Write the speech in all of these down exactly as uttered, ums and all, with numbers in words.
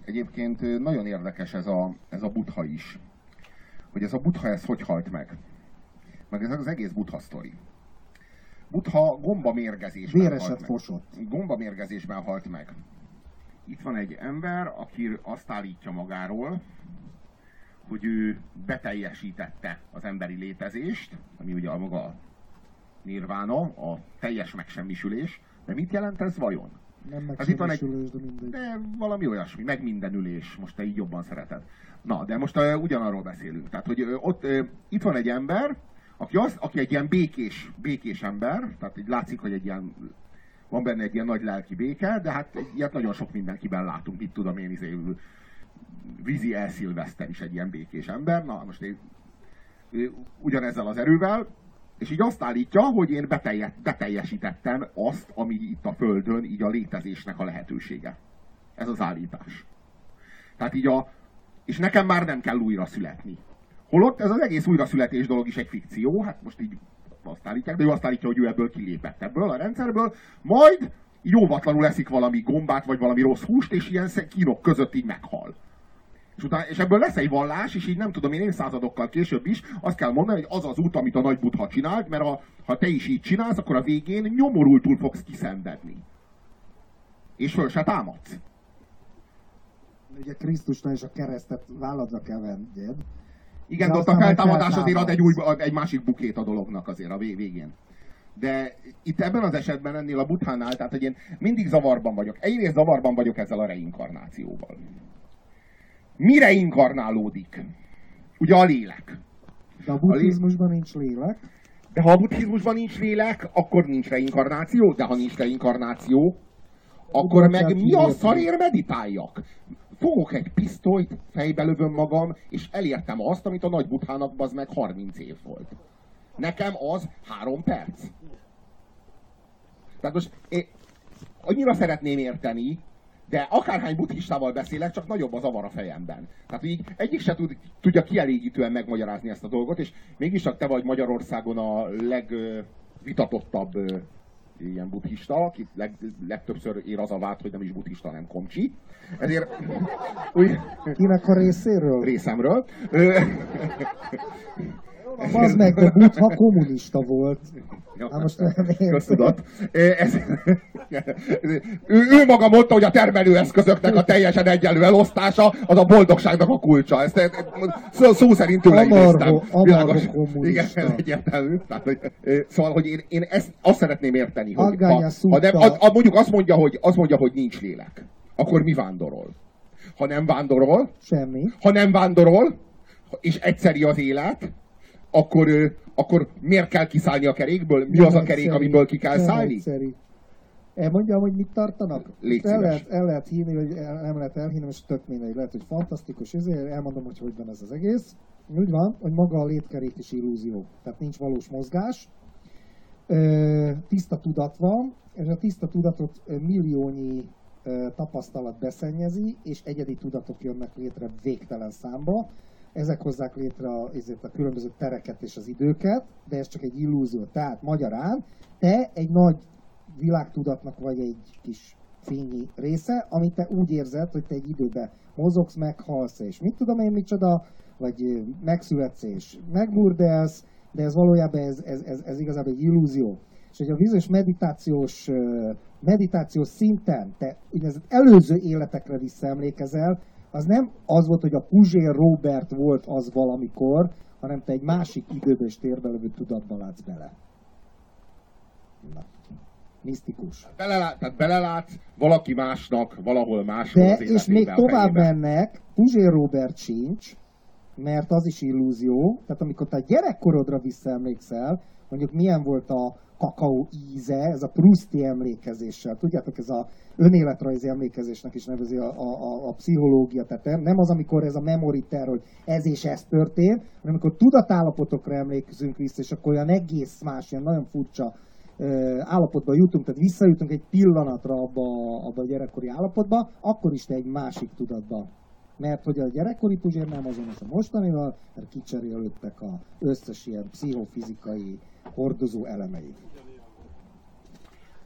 egyébként nagyon érdekes ez a, ez a Buddha is. Hogy ez a Buddha, ez hogy halt meg. Meg ez az egész Buddha sztori. Buddha gombamérgezésben Véreset halt meg. fosott. Gombamérgezésben halt meg. Itt van egy ember, aki azt állítja magáról, hogy ő beteljesítette az emberi létezést, ami ugye a maga nirvána, a teljes megsemmisülés. De mit jelent ez vajon? Nem megsemmisülés, de mindegy. De valami olyasmi, megmindenülés, most te így jobban szereted. Na, de most uh, ugyanarról beszélünk. Tehát, hogy uh, ott uh, itt van egy ember, aki, az, aki egy ilyen békés, békés ember, tehát így látszik, hogy egy ilyen, van benne egy ilyen nagy lelki béke, de hát ilyet nagyon sok mindenkiben látunk, mit tudom én, izé, Vízi Elszilveszter is egy ilyen békés ember. Na, most én, ő, ugyanezzel az erővel, és így azt állítja, hogy én betelje, beteljesítettem azt, ami itt a Földön, így a létezésnek a lehetősége. Ez az állítás. Tehát így a... És nekem már nem kell újra születni. Holott ez az egész újraszületés dolog is egy fikció, hát most így azt állítják, de ő azt állítja, hogy ő ebből kilépett ebből a rendszerből, majd jóvatlanul eszik valami gombát, vagy valami rossz húst, és ilyen kínok között így meghal. És, utána, és ebből lesz egy vallás, és így nem tudom én évszázadokkal később is azt kell mondani, hogy az az út, amit a nagy Buddha csinált, mert a, ha te is így csinálsz, akkor a végén nyomorultul fogsz kiszenvedni. És föl se támadsz. Ugye Krisztusnál is a keresztet válladra kell venned. Igen, de ott a feltámadás azért ad egy, új, ad egy másik bukét a dolognak azért a végén. De itt ebben az esetben ennél a Buddhánál, tehát hogy én mindig zavarban vagyok. Egyrészt zavarban vagyok ezzel a reinkarnációval. Mi reinkarnálódik? Ugye a lélek. De a buddhizmusban nincs lélek. De ha a buddhizmusban nincs lélek, akkor nincs reinkarnáció, de ha nincs reinkarnáció, akkor Ugyan meg mi a szarér meditáljak? Fogok egy pisztolyt, fejbe lövöm magam, és elértem azt, amit a nagy Buddhának bazd meg harminc év volt. Nekem az három perc. Tehát most én annyira szeretném érteni, de akárhány buddhistával beszélek, csak nagyobb a zavar a fejemben. Tehát így egyik se tud, tudja kielégítően megmagyarázni ezt a dolgot, és mégis csak te vagy Magyarországon a legvitatottabb ilyen buddhista, akit leg, legtöbbször ér az a vád, hogy nem is buddhista, nem komcsi. Ezért... Úgy, kinek a részéről? Részemről. Az meg, de Buddha kommunista volt. Ja, hát most köztudat. Ez, ő, ő maga mondta, hogy a termelőeszközöknek a teljesen egyenlő elosztása az a boldogságnak a kulcsa. Ezt szó, szó szerint tőle idéztem. Világos. Igen, egyértelmű. Tehát, hogy, szóval, hogy én, én ezt azt szeretném érteni, hogy ha, ha nem, az, a, mondjuk azt mondja, hogy, azt mondja, hogy nincs lélek, akkor mi vándorol? Ha nem vándorol, semmi. Ha nem vándorol, és egyszeri az élet, Akkor, akkor miért kell kiszállni a kerékből? Mi nem az a kerék, egyszerű, amiből ki kell szállni? Egyszerű. Elmondjam, hogy mit tartanak? El lehet, el lehet hinni, vagy el, nem lehet elhinni, most tök mindegy. Lehet, hogy fantasztikus, ezért elmondom, hogy hogy van ez az egész. Úgy van, hogy maga a létkerék is illúzió. Tehát nincs valós mozgás. Tiszta tudat van, és a tiszta tudatot milliónyi tapasztalat beszennyezi, és egyedi tudatok jönnek létre végtelen számba. Ezek hozzák létre a, a különböző tereket és az időket, de ez csak egy illúzió. Tehát magyarán te egy nagy világtudatnak vagy egy kis fényi része, amit te úgy érzed, hogy te egy időben mozogsz, meghalsz, és mit tudom én micsoda, vagy megszületsz és megburdelsz, de ez valójában ez, ez, ez, ez igazából egy illúzió. És hogy a bizonyos meditációs, meditációs szinten te úgynevezett előző életekre visszaemlékezel, az nem az volt, hogy a Puzsér Róbert volt az valamikor, hanem te egy másik időben és térben levő tudatba látsz bele. Na. Misztikus. Belelát, tehát belelátsz valaki másnak, valahol máshol de, az és még tovább fejében. mennek, Puzsér Róbert sincs, mert az is illúzió. Tehát amikor te a gyerekkorodra visszaemlékszel, mondjuk milyen volt a kakaó íze, ez a Prousti emlékezéssel. Tudjátok, ez a önéletrajzi emlékezésnek is nevezi a, a, a pszichológia. Tehát nem az, amikor ez a memory terror, hogy ez és ez történt, hanem amikor tudatállapotokra emlékezünk vissza, és akkor olyan egész más, ilyen nagyon furcsa uh, állapotba jutunk, tehát visszajutunk egy pillanatra abba, abba a gyerekkori állapotba, akkor is te egy másik tudatba. Mert hogy a gyerekkori Puzsér nem azonos a mostanival, mert kicserélődtek az összes ilyen pszichofizikai hordozó elemeit.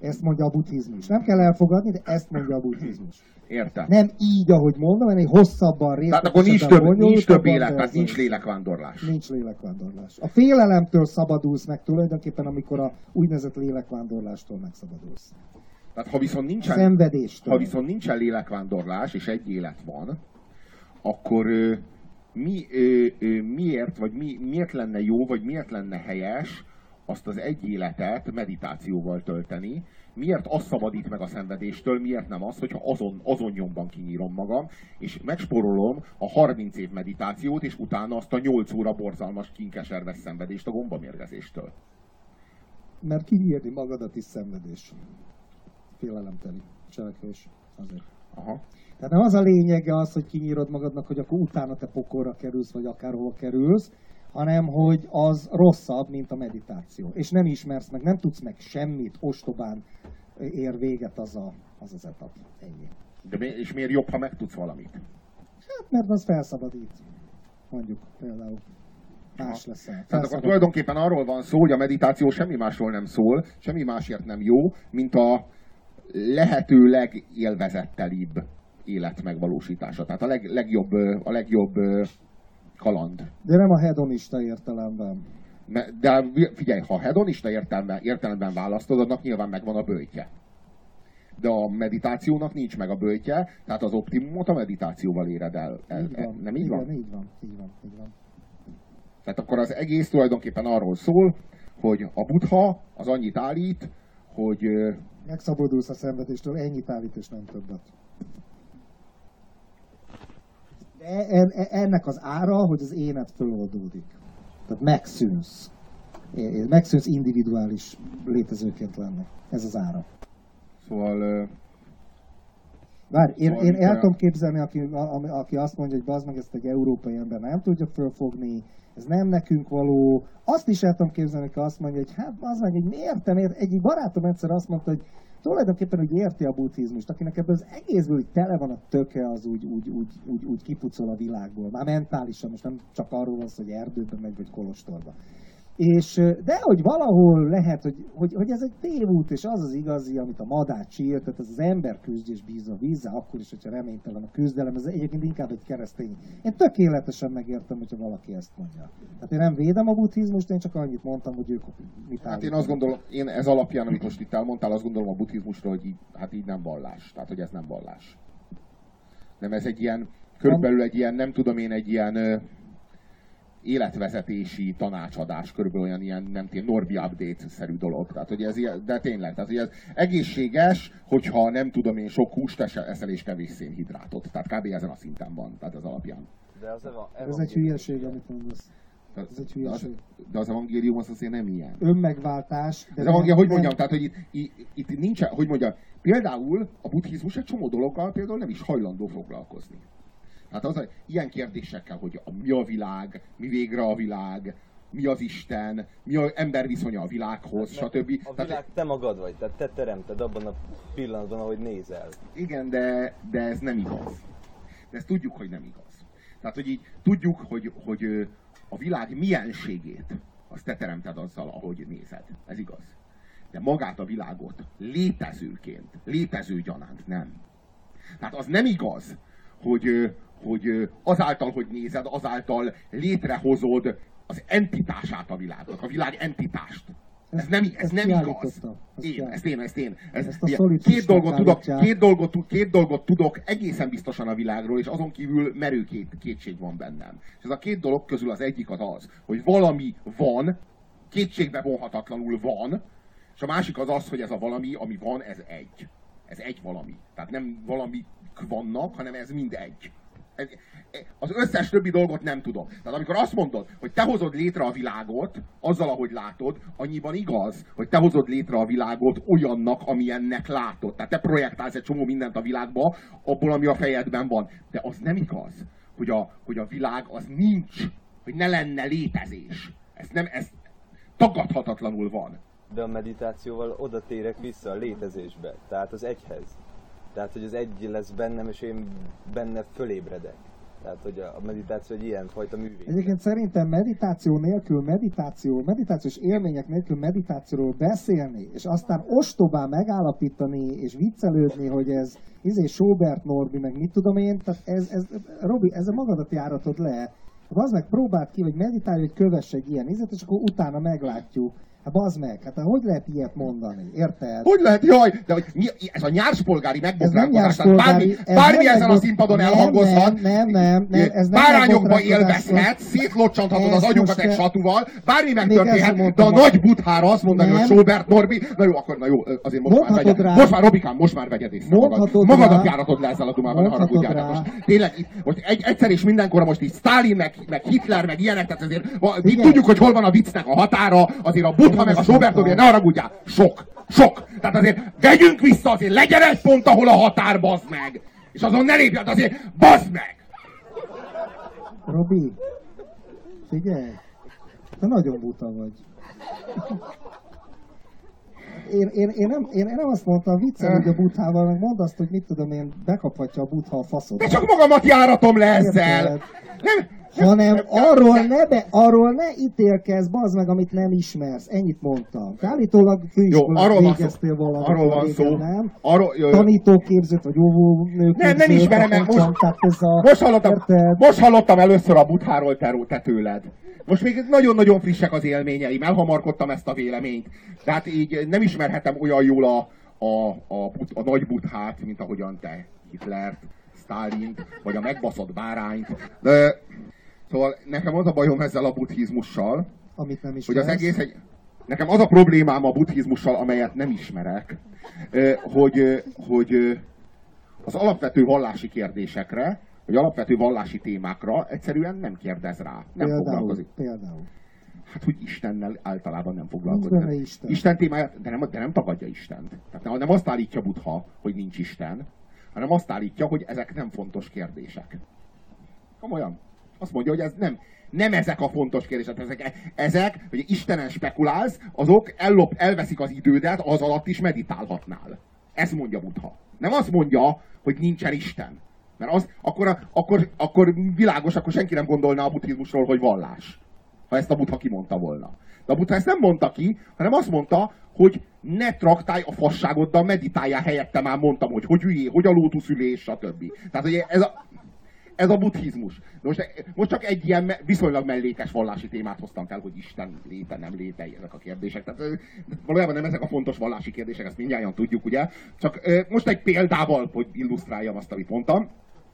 Ezt mondja a buddhizmus. Nem kell elfogadni, de ezt mondja a buddhizmus. Értem. Nem így, ahogy mondom, hanem egy hosszabban részletesebben. Tehát akkor nincs több, nincs több élet, tehát nincs lélekvándorlás. Nincs lélekvándorlás. A félelemtől szabadulsz meg tulajdonképpen, amikor a úgynevezett lélekvándorlástól megszabadulsz. Tehát ha viszont nincsen, szenvedéstől. Ha viszont nincsen lélekvándorlás, és egy élet van, akkor ö, mi, ö, ö, miért, vagy mi, miért lenne jó, vagy miért lenne helyes azt az egy életet meditációval tölteni? Miért azt szabadít meg a szenvedéstől, miért nem az, hogyha azon, azon nyomban kinyírom magam, és megspórolom a harminc év meditációt, és utána azt a nyolc óra borzalmas, kinkeserves szenvedést a gombamérgezéstől? Mert kinyírni magadat is szenvedés. Félelemteli cselekvés azért. Aha. Tehát nem az a lényege az, hogy kinyírod magadnak, hogy akkor utána te pokolra kerülsz, vagy akárhova kerülsz, hanem hogy az rosszabb, mint a meditáció. És nem ismersz meg, nem tudsz meg semmit, ostobán ér véget az a, az, az etap. Ennyi. De mi, és miért jobb, ha megtudsz valamit? Hát mert az felszabadít. Mondjuk például. Más leszel. Tehát akkor tulajdonképpen arról van szó, hogy a meditáció semmi másról nem szól, semmi másért nem jó, mint a lehető legélvezettelibb élet megvalósítása. Tehát a leg, legjobb, a legjobb kaland. De nem a hedonista értelemben. De figyelj, ha a hedonista értelemben, értelemben választod, annak nyilván megvan a böjtje. De a meditációnak nincs meg a böjtje, tehát az optimumot a meditációval éred el. Így van. Nem így Igen, van? így van, így van, így van. Tehát akkor az egész tulajdonképpen arról szól, hogy a Buddha az annyit állít, hogy... Megszabadulsz a szenvedéstől, ennyit állít és nem többet. De ennek az ára, hogy az énet föloldódik. Tehát megszűnsz. Megszűnsz individuális létezőként lenni. Ez az ára. Szóval... Várj, én, én el tudom képzelni, aki, aki azt mondja, hogy bazd meg, ezt egy európai ember nem tudja fölfogni, ez nem nekünk való. Azt is el tudom képzelni, aki azt mondja, hogy hát bazd meg, hogy miért nem ért. Egy barátom egyszer azt mondta, hogy tulajdonképpen úgy érti a buddhizmust, akinek ebből az egészből úgy tele van a töke, az úgy, úgy, úgy, úgy, úgy kipucol a világból. Már mentálisan, most nem csak arról van szó, hogy erdőben megy, vagy kolostorba. És, de hogy valahol lehet, hogy, hogy, hogy ez egy tévút, és az az igazi, amit a madár csír, tehát ez az ember küzdj és bízza vízzel, akkor is, hogyha reménytelen a küzdelem, ez egyébként inkább egy keresztény. Én tökéletesen megértem, hogyha valaki ezt mondja. Tehát én nem védem a buddhizmust, én csak annyit mondtam, hogy ők mit Hát én azt gondolom, én ez alapján, amit most itt elmondtál, azt gondolom a buddhizmusról, hogy így, hát így nem vallás. Tehát, hogy ez nem vallás. Nem, ez egy ilyen, körülbelül egy ilyen, nem tudom én, egy ilyen életvezetési tanácsadás, körülbelül olyan ilyen, nem tudom, Norbi update-szerű dolog. Tehát, hogy ez ilyen, de tényleg, tehát, hogy ez egészséges, hogyha nem tudom én sok húst eszel és kevés szénhidrátot. Tehát kb. Ezen a szinten van, tehát az alapján. De az eva, ez egy hülyeség, amit mondasz. Ez egy hülyeség. De az, de az evangélium az azért nem ilyen. Önmegváltás. De az evangélium, hogy mondjam, tehát, hogy itt, itt, itt nincs, hogy mondjam, például a buddhizmus egy csomó dologgal például nem is hajlandó foglalkozni. Hát az, ilyen kérdésekkel, hogy a, mi a világ, mi végre a világ, mi az Isten, mi az ember viszonya a világhoz, hát, stb. A világ tehát, te magad vagy, tehát te teremted abban a pillanatban, ahogy nézel. Igen, de, de ez nem igaz. De ezt tudjuk, hogy nem igaz. Tehát, hogy így tudjuk, hogy, hogy a világ mienségét azt te teremted azzal, ahogy nézed. Ez igaz. De magát a világot létezőként, létező gyanánt nem. Tehát az nem igaz, hogy, hogy azáltal, hogy nézed, azáltal létrehozod az entitását a világnak, a világ entitást. Ez nem, ez nem igaz. Én, ezt én, ezt én. Ez, ezt ilyen, két, dolgot tudok, két, dolgot, két dolgot tudok egészen biztosan a világról, és azon kívül merő két, kétség van bennem. És ez a két dolog közül az egyik az az, hogy valami van, kétségbe vonhatatlanul van, és a másik az az, hogy ez a valami, ami van, ez egy. Ez egy valami. Tehát nem valami vannak, hanem ez mind egy. Az összes többi dolgot nem tudom. Tehát amikor azt mondod, hogy te hozod létre a világot, azzal, ahogy látod, annyiban igaz, hogy te hozod létre a világot olyannak, amilyennek látod. Tehát te projektálsz egy csomó mindent a világba, abból, ami a fejedben van. De az nem igaz, hogy a, hogy a világ az nincs, hogy ne lenne létezés. Ez nem, ez tagadhatatlanul van. De a meditációval oda térek vissza a létezésbe, tehát az egyhez. Tehát, hogy az egy lesz bennem, és én benne fölébredek. Tehát, hogy a meditáció egy ilyen fajta művészet. Egyébként szerintem meditáció nélkül, meditáció, meditációs élmények nélkül meditációról beszélni, és aztán ostobán megállapítani, és viccelődni, hogy ez izé Sobert Norbi, meg mit tudom én, tehát ez, ez Robi, ezzel magadat járatod le. Az meg próbáld ki, hogy meditálj, hogy kövess egy ilyen izet, és akkor utána meglátjuk. Hát bazd meg, hát hogy lehet ilyet mondani, érted? Hogy lehet, jaj, de hogy mi, ez a nyárspolgári megbotránkozás, tehát bármi, ez bármi nem ezen a színpadon nem, elhangozhat, nem, nem, nem, ez nem bárányokba megbotránkozás, élvezhet, szétlocsanthatod az agyukat egy satúval, bármi megtörténhet, de a mondtam, nagy buthára azt mondani, nem. hogy Sobert Norbi, na jó, akkor na jó, azért most már Mondhatod vegyed, rá. most már Robikám, most már vegyed észre magad. Mondhatod Magadat rá. járatod le ezzel a dumával, ne Mondhatod haragudjál. rá. Most tényleg, itt, most egy, egyszer és mindenkorra most így Sztálin, meg, meg Hitler, meg ilyenek, tehát azért mi Igen. tudjuk, hogy hol van a viccnek a határa, azért a butha, meg a Sobert Norbi, ne haragudjál. Sok, sok. Tehát azért vegyünk vissza, azért legyen egy pont, ahol a határ, bazd meg. És azon ne lépjed, azért bazd meg. Robi, figyelj, te nagyon buta vagy. Én, én, én, nem, én, én nem azt mondtam viccel, hogy a buthával, meg mondd azt, hogy mit tudom én, bekaphatja a butha a faszod. De csak magamat járatom le ezzel. Érted? Nem, Hanem arról ne, be, arról ne ítélkezz, bazd meg, amit nem ismersz. Ennyit mondtam. Te állítólag főiskolát végeztél valamit. Arról van régen, szó. Nem? Arról, jö, Tanítóképzőt, vagy óvónőképzőt. nem, nem ismerem, mert most, a, most, hallottam, érted? most hallottam először a butháról te, te tőled. Most még nagyon-nagyon frissek az élményeim, elhamarkodtam ezt a véleményt. Tehát így nem ismerhetem olyan jól a, a, a, but, a nagy buthát, mint ahogyan te Hitlert, Sztálint, vagy a megbaszott bárányt. De, szóval nekem az a bajom ezzel a buddhizmussal, amit nem hogy az egész egy... Nekem az a problémám a buddhizmussal, amelyet nem ismerek, hogy, hogy az alapvető vallási kérdésekre, vagy alapvető vallási témákra egyszerűen nem kérdez rá, nem például, foglalkozik. Például. Hát, hogy Istennel általában nem foglalkozik. Nincs benne Isten. Isten témáját, de nem, de nem tagadja Istent. Tehát nem azt állítja Buddha, hogy nincs Isten, hanem azt állítja, hogy ezek nem fontos kérdések. Komolyan. Azt mondja, hogy ez nem, nem ezek a fontos kérdések. Ezek, ezek hogy Istenen spekulálsz, azok ellop, elveszik az idődet, az alatt is meditálhatnál. Ezt mondja Buddha. Nem azt mondja, hogy nincsen Isten. Mert az, akkor, akkor, akkor világos, akkor senki nem gondolná a buddhizmusról, hogy vallás. Ha ezt a Buddha kimondta volna. De a Buddha ezt nem mondta ki, hanem azt mondta, hogy ne traktálj a fasságoddal, meditáljál helyette, már mondtam, hogy hogy üljél, hogy a lótuszülés, stb. Tehát, hogy ez a, ez a buddhizmus. Most, most csak egy ilyen viszonylag mellékes vallási témát hoztam fel, hogy Isten léte, nem léte, ezek a kérdések. Tehát valójában nem ezek a fontos vallási kérdések, ezt mindjárt tudjuk, ugye? Csak most egy példával, hogy illusztráljam azt, amit mondtam.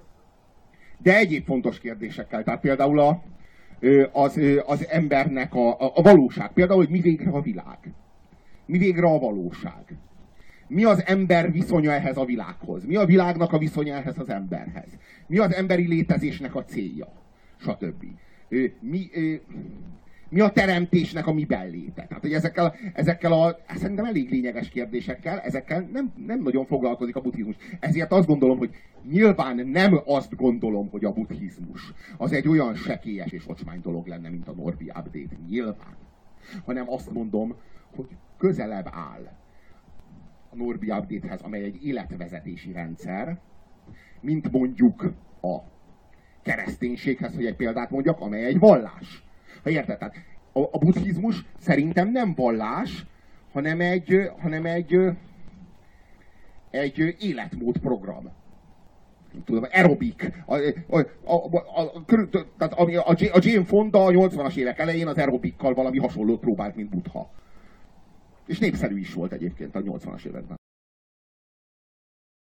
De egyéb fontos kérdésekkel, tehát például a, az, az embernek a, a, a valóság. Például, hogy mi végre a világ. Mi végre a valóság. Mi az ember viszonya ehhez a világhoz? Mi a világnak a viszonya ehhez az emberhez? Mi az emberi létezésnek a célja? Stb. Mi, mi a teremtésnek a miben léte? Tehát, hogy ezekkel, ezekkel a szerintem elég lényeges kérdésekkel, ezekkel nem, nem nagyon foglalkozik a buddhizmus. Ezért azt gondolom, hogy nyilván nem azt gondolom, hogy a buddhizmus az egy olyan sekélyes és ocsmány dolog lenne, mint a Norbi update. Nyilván. Hanem azt mondom, hogy közelebb áll a Norbi update-hez, amely egy életvezetési rendszer, mint mondjuk a kereszténységhez, hogy egy példát mondjak, amely egy vallás. Ha érted? Tehát a, a buddhizmus szerintem nem vallás, hanem egy, hanem egy, egy életmódprogram. Tudom, aerobik. A, a, a, a, tehát a, a Jane Fonda a nyolcvanas évek elején az aerobikkal valami hasonlót próbált, mint Buddha. És népszerű is volt egyébként a nyolcvanas években.